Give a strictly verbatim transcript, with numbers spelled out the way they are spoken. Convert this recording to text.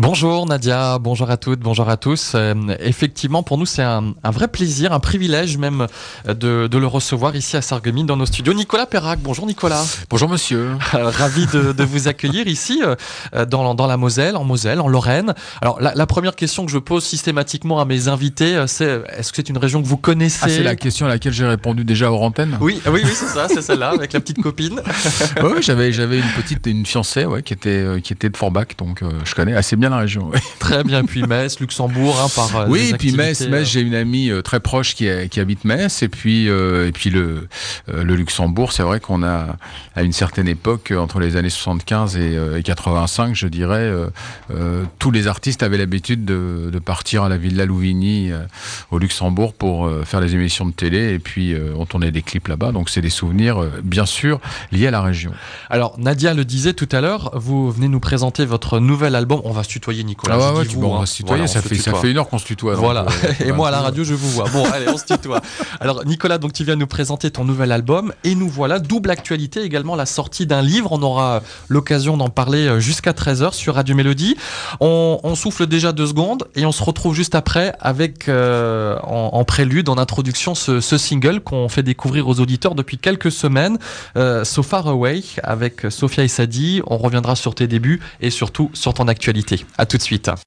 Bonjour Nadia, bonjour à toutes, bonjour à tous. Euh, effectivement, pour nous, c'est un, un vrai plaisir, un privilège même euh, de, de le recevoir ici à Sarreguemines dans nos studios. Nicolas Perrac, bonjour Nicolas. Bonjour monsieur. Euh, ravi de, de vous accueillir ici euh, dans, dans la Moselle, en Moselle, en Lorraine. Alors la, la première question que je pose systématiquement à mes invités, euh, c'est est-ce que c'est une région que vous connaissez? Ah, c'est la question à laquelle j'ai répondu déjà hors antenne. Oui, oui, oui, c'est ça, c'est celle-là avec la petite copine. Oui, ouais, j'avais j'avais une petite une fiancée ouais, qui était euh, qui était de Forbach, donc euh, je connais assez bien la région. Ouais. Très bien, puis Metz, Luxembourg, hein, par euh, oui, des et puis Metz, activités, Metz, euh... j'ai une amie euh, très proche qui, est, qui habite Metz, et puis euh, et puis le euh, le Luxembourg, c'est vrai qu'on a à une certaine époque, entre les années soixante-quinze et, euh, et quatre-vingt-cinq, je dirais, euh, euh, tous les artistes avaient l'habitude de, de partir à la Villa Louvigny euh, au Luxembourg pour euh, faire des émissions de télé, et puis euh, on tournait des clips là-bas, donc c'est des souvenirs euh, bien sûr liés à la région. Alors Nadia le disait tout à l'heure, vous venez nous présenter votre nouvel album. On va se tutoyer Nicolas. Ah ouais, ouais, vous, bon, hein. on va se tutoyer, voilà, ça, se fait, ça fait une heure qu'on se tutoie. Voilà, donc, euh, et moi à la radio je vous vois. Bon allez, on se tutoie. Alors Nicolas, donc tu viens nous présenter ton nouvel album et nous voilà, double actualité également, la sortie d'un livre. On aura l'occasion d'en parler jusqu'à treize heures sur Radio Mélodie. On, on souffle déjà deux secondes et on se retrouve juste après avec euh, en, en prélude, en introduction, ce, ce single qu'on fait découvrir aux auditeurs depuis quelques semaines, euh, So Far Away avec Sophia et Sadi. On reviendra sur tes débuts et surtout sur ton actualité. À tout de suite.